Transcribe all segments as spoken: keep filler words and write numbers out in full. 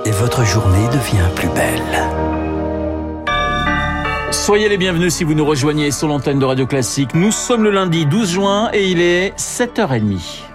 et votre journée devient plus belle. Soyez les bienvenus si vous nous rejoignez sur l'antenne de Radio Classique. Nous sommes le lundi douze juin et il est sept heures trente.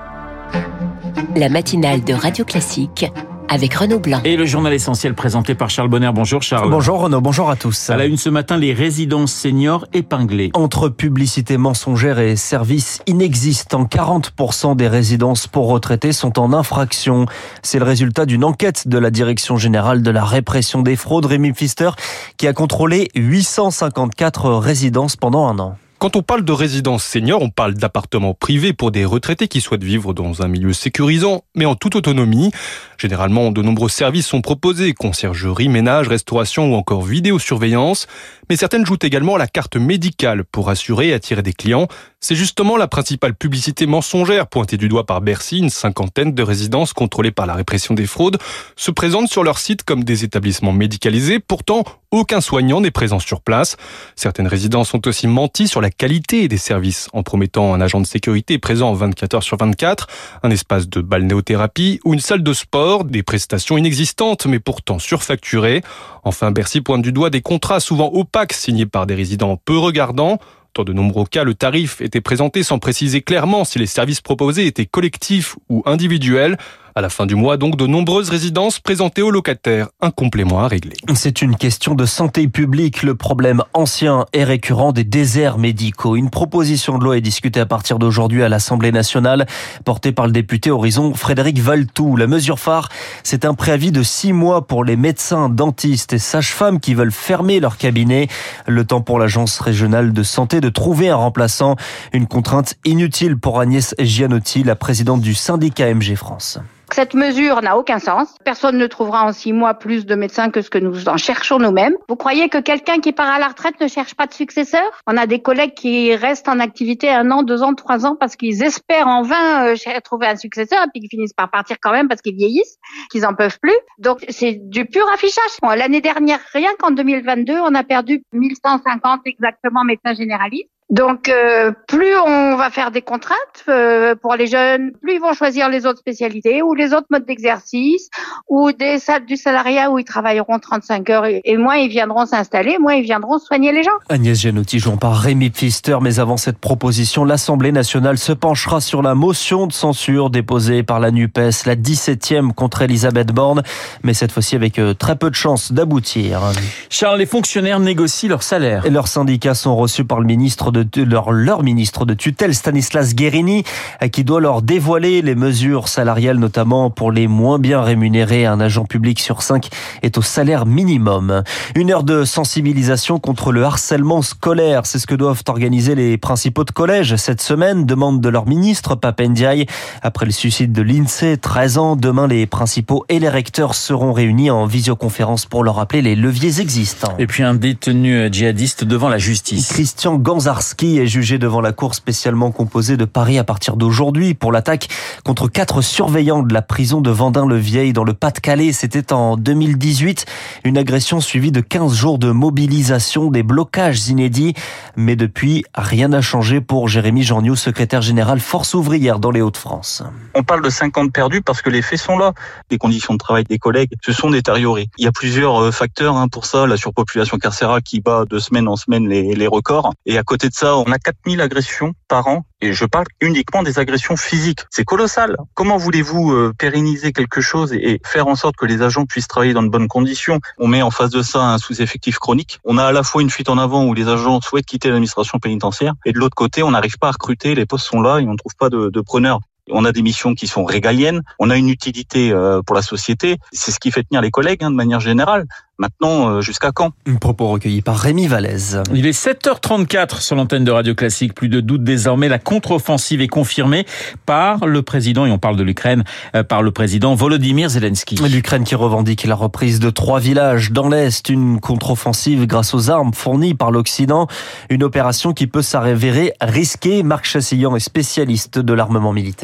La matinale de Radio Classique avec Renaud Blanc. Et le journal essentiel présenté par Charles Bonner. Bonjour Charles. Bonjour Renaud, bonjour à tous. À la une ce matin, les résidences seniors épinglées. Entre publicité mensongère et services inexistants, quarante pour cent des résidences pour retraités sont en infraction. C'est le résultat d'une enquête de la Direction générale de la répression des fraudes, Rémi Pfister, qui a contrôlé huit cent cinquante-quatre résidences pendant un an. Quand on parle de résidences seniors, on parle d'appartements privés pour des retraités qui souhaitent vivre dans un milieu sécurisant, mais en toute autonomie. Généralement, de nombreux services sont proposés, conciergerie, ménage, restauration ou encore vidéosurveillance. Mais certaines jouent également la carte médicale pour assurer et attirer des clients. C'est justement la principale publicité mensongère pointée du doigt par Bercy. Une cinquantaine de résidences contrôlées par la répression des fraudes se présentent sur leur site comme des établissements médicalisés. Pourtant, aucun soignant n'est présent sur place. Certaines résidences ont aussi menti sur la qualité des services en promettant un agent de sécurité présent vingt-quatre heures sur vingt-quatre, un espace de balnéothérapie ou une salle de sport, des prestations inexistantes mais pourtant surfacturées. Enfin, Bercy pointe du doigt des contrats souvent opaques signés par des résidents peu regardants. Dans de nombreux cas, le tarif était présenté sans préciser clairement si les services proposés étaient collectifs ou individuels. À la fin du mois, donc, de nombreuses résidences présentaient aux locataires un complément à régler. C'est une question de santé publique, le problème ancien et récurrent des déserts médicaux. Une proposition de loi est discutée à partir d'aujourd'hui à l'Assemblée nationale, portée par le député Horizon Frédéric Valletoux. La mesure phare, c'est un préavis de six mois pour les médecins, dentistes et sages-femmes qui veulent fermer leur cabinet. Le temps pour l'Agence régionale de santé de trouver un remplaçant. Une contrainte inutile pour Agnès Gianotti, la présidente du syndicat M G France. Cette mesure n'a aucun sens. Personne ne trouvera en six mois plus de médecins que ce que nous en cherchons nous-mêmes. Vous croyez que quelqu'un qui part à la retraite ne cherche pas de successeur ? On a des collègues qui restent en activité un an, deux ans, trois ans parce qu'ils espèrent en vain euh, trouver un successeur et puis qu'ils finissent par partir quand même parce qu'ils vieillissent, qu'ils en peuvent plus. Donc c'est du pur affichage. Bon, l'année dernière, rien qu'en deux mille vingt-deux, on a perdu mille cent cinquante exactement médecins généralistes. Donc, euh, plus on va faire des contraintes euh, pour les jeunes, plus ils vont choisir les autres spécialités ou les autres modes d'exercice ou des salles du salariat où ils travailleront trente-cinq heures et, et moins ils viendront s'installer, moins ils viendront soigner les gens. Agnès Gianotti, jouant par Rémi Pfister. Mais avant cette proposition, l'Assemblée nationale se penchera sur la motion de censure déposée par la NUPES, la dix-septième contre Elisabeth Borne, mais cette fois-ci avec très peu de chances d'aboutir. Charles, les fonctionnaires négocient leur salaire. Et leurs syndicats sont reçus par le ministre de leur, leur ministre de tutelle, Stanislas Guerini, qui doit leur dévoiler les mesures salariales, notamment pour les moins bien rémunérés. Un agent public sur cinq est au salaire minimum. Une heure de sensibilisation contre le harcèlement scolaire, c'est ce que doivent organiser les principaux de collège cette semaine, demande de leur ministre, Pape Ndiaye. Après le suicide de l'INSEE, treize ans, demain les principaux et les recteurs seront réunis en visioconférence pour leur rappeler les leviers existants. Et puis un détenu djihadiste devant la justice. Christian Ganzarski est jugé devant la cour spécialement composée de Paris à partir d'aujourd'hui pour l'attaque contre quatre surveillants de la prison de Vendin-le-Vieil dans le Pas-de-Calais. C'était en deux mille dix-huit. Une agression suivie de quinze jours de mobilisation, des blocages inédits. Mais depuis, rien n'a changé pour Jérémy Jeanniou, secrétaire général Force ouvrière dans les Hauts-de-France. On parle de cinquante perdus parce que les faits sont là. Les conditions de travail des collègues se sont détériorées. Il y a plusieurs facteurs hein, pour ça. La surpopulation carcérale qui bat de semaine en semaine les, les records. Et à côté de ça, on a quatre mille agressions par an. Et je parle uniquement des agressions physiques. C'est colossal. Comment voulez-vous euh, pérenniser quelque chose et, et faire en sorte que les agents puissent travailler dans de bonnes conditions ? On met en face de ça un sous-effectif chronique. On a à la fois une fuite en avant où les agents souhaitent quitter l'administration pénitentiaire. Et de l'autre côté, on n'arrive pas à recruter. Les postes sont là et on ne trouve pas de, de preneurs. On a des missions qui sont régaliennes, on a une utilité euh, pour la société, c'est ce qui fait tenir les collègues hein, de manière générale. Maintenant, euh, jusqu'à quand ? Un propos recueilli par Rémi Vallès. Il est sept heures trente-quatre sur l'antenne de Radio Classique. Plus de doute désormais, la contre-offensive est confirmée par le président, et on parle de l'Ukraine, euh, par le président Volodymyr Zelensky. L'Ukraine qui revendique la reprise de trois villages dans l'Est, une contre-offensive grâce aux armes fournies par l'Occident, une opération qui peut s'avérer risquée. Marc Chassillan est spécialiste de l'armement militaire.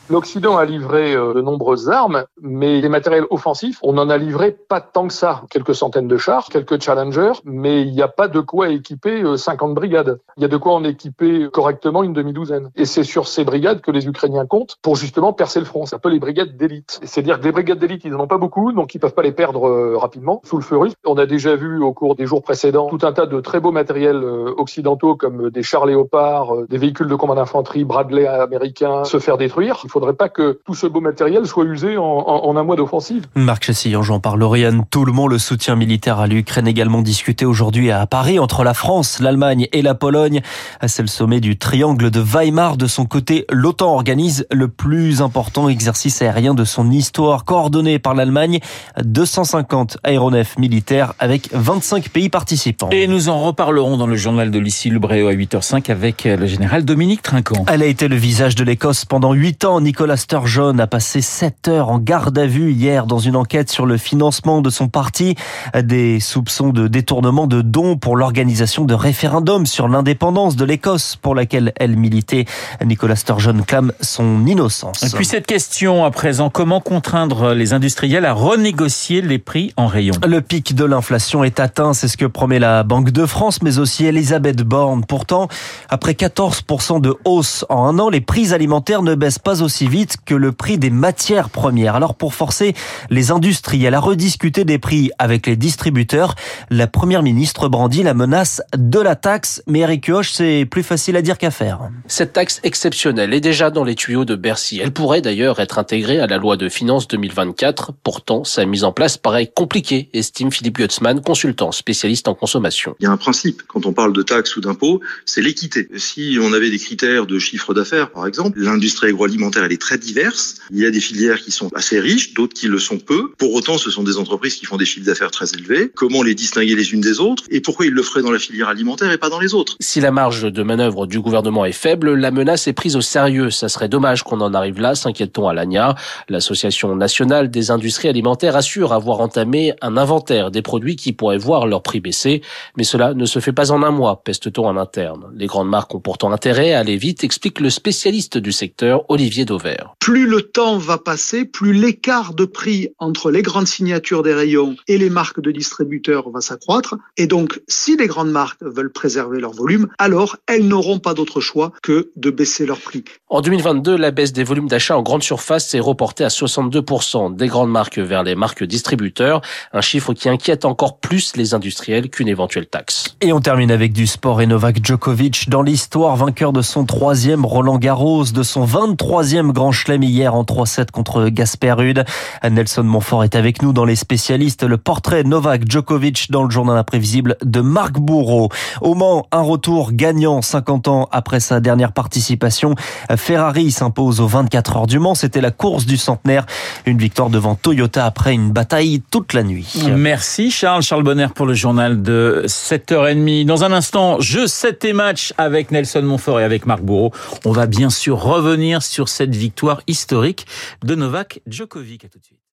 L'Occident a livré de nombreuses armes, mais les matériels offensifs, on en a livré pas tant que ça. Quelques centaines de chars, quelques Challenger, mais il n'y a pas de quoi équiper cinquante brigades. Il y a de quoi en équiper correctement une demi-douzaine. Et c'est sur ces brigades que les Ukrainiens comptent pour justement percer le front. C'est un peu les brigades d'élite. C'est-à-dire que les brigades d'élite, ils n'en ont pas beaucoup, donc ils peuvent pas les perdre rapidement sous le feu russe. On a déjà vu au cours des jours précédents tout un tas de très beaux matériels occidentaux comme des chars Léopard, des véhicules de combat d'infanterie Bradley américains se faire détruire. Il faudrait pas que tout ce beau matériel soit usé en, en, en un mois d'offensive. Marc Chessillan, j'en parle. Lauriane Toulmont, le soutien militaire à l'Ukraine également discuté aujourd'hui à Paris entre la France, l'Allemagne et la Pologne. C'est le sommet du triangle de Weimar. De son côté, l'OTAN organise le plus important exercice aérien de son histoire, coordonné par l'Allemagne. deux cent cinquante aéronefs militaires avec vingt-cinq pays participants. Et nous en reparlerons dans le journal de Lucie Lebréau à huit heures cinq avec le général Dominique Trinquant. Elle a été le visage de l'Écosse pendant huit ans. Nicola Sturgeon a passé sept heures en garde à vue hier dans une enquête sur le financement de son parti. Des soupçons de détournement de dons pour l'organisation de référendums sur l'indépendance de l'Écosse pour laquelle elle militait. Nicola Sturgeon clame son innocence. Et puis cette question à présent, comment contraindre les industriels à renégocier les prix en rayon? Le pic de l'inflation est atteint, c'est ce que promet la Banque de France, mais aussi Elisabeth Borne. Pourtant, après quatorze pour cent de hausse en un an, les prix alimentaires ne baissent pas aussi vite que le prix des matières premières. Alors pour forcer les industriels à rediscuter des prix avec les distributeurs, la première ministre brandit la menace de la taxe. Mais Eric Kioch, c'est plus facile à dire qu'à faire. Cette taxe exceptionnelle est déjà dans les tuyaux de Bercy. Elle pourrait d'ailleurs être intégrée à la loi de finances deux mille vingt-quatre. Pourtant, sa mise en place paraît compliquée, estime Philippe Gutzmann, consultant spécialiste en consommation. Il y a un principe, quand on parle de taxes ou d'impôts, c'est l'équité. Si on avait des critères de chiffre d'affaires, par exemple, l'industrie agroalimentaire, elle est très diverse. Il y a des filières qui sont assez riches, d'autres qui le sont peu. Pour autant, ce sont des entreprises qui font des chiffres d'affaires très élevés. Comment les distinguer les unes des autres? Et pourquoi ils le feraient dans la filière alimentaire et pas dans les autres? Si la marge de manœuvre du gouvernement est faible, la menace est prise au sérieux. Ça serait dommage qu'on en arrive là, s'inquiète-t-on à l'A N I A. L'Association nationale des industries alimentaires assure avoir entamé un inventaire des produits qui pourraient voir leur prix baisser. Mais cela ne se fait pas en un mois, peste-t-on en interne. Les grandes marques ont pourtant intérêt à aller vite, explique le spécialiste du secteur, Olivier Dauvert. Plus le temps va passer, plus l'écart de prix entre les grandes signatures des rayons et les marques de distributeurs va s'accroître. Et donc, si les grandes marques veulent préserver leur volume, alors elles n'auront pas d'autre choix que de baisser leur prix. En deux mille vingt-deux, la baisse des volumes d'achat en grande surface s'est reportée à soixante-deux pour cent des grandes marques vers les marques distributeurs, un chiffre qui inquiète encore plus les industriels qu'une éventuelle taxe. Et on termine avec du sport et Novak Djokovic dans l'histoire, vainqueur de son troisième Roland Garros, de son vingt-troisième Grand Chelem hier en trois sept contre Gasper Ruud. Nelson Montfort est avec nous dans les spécialistes. Le portrait Novak Djokovic dans le journal imprévisible de Marc Bourreau. Au Mans, un retour gagnant cinquante ans après sa dernière participation. Ferrari s'impose aux vingt-quatre heures du Mans. C'était la course du centenaire. Une victoire devant Toyota après une bataille toute la nuit. Merci Charles. Charles Bonner pour le journal de sept heures trente. Dans un instant, jeu sept et match avec Nelson Montfort et avec Marc Bourreau. On va bien sûr revenir sur cette victoire historique de Novak Djokovic. À tout de suite.